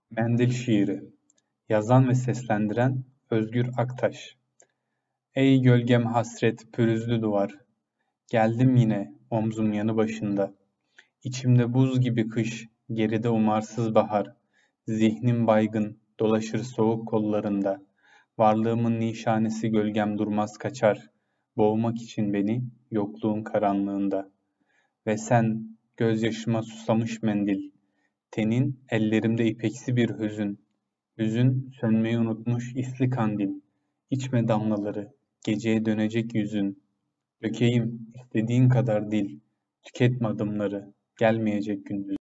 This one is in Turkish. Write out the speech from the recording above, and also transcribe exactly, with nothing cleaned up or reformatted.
Mendil Şiiri. Yazan ve seslendiren Özgür Aktaş. Ey gölgem hasret pürüzlü duvar, geldim yine omzum yanı başında. İçimde buz gibi kış, geride umarsız bahar. Zihnim baygın, dolaşır soğuk kollarında. Varlığımın nişanesi gölgem durmaz kaçar. Boğmak için beni yokluğun karanlığında. Ve sen, gözyaşıma susamış mendil, tenin ellerimde ipeksi bir hüzün. Hüzün sönmeyi unutmuş isli kandil. İçme damlaları, geceye dönecek yüzün. Dökeyim istediğin kadar dil. Tüketme adımları, gelmeyecek gündüz.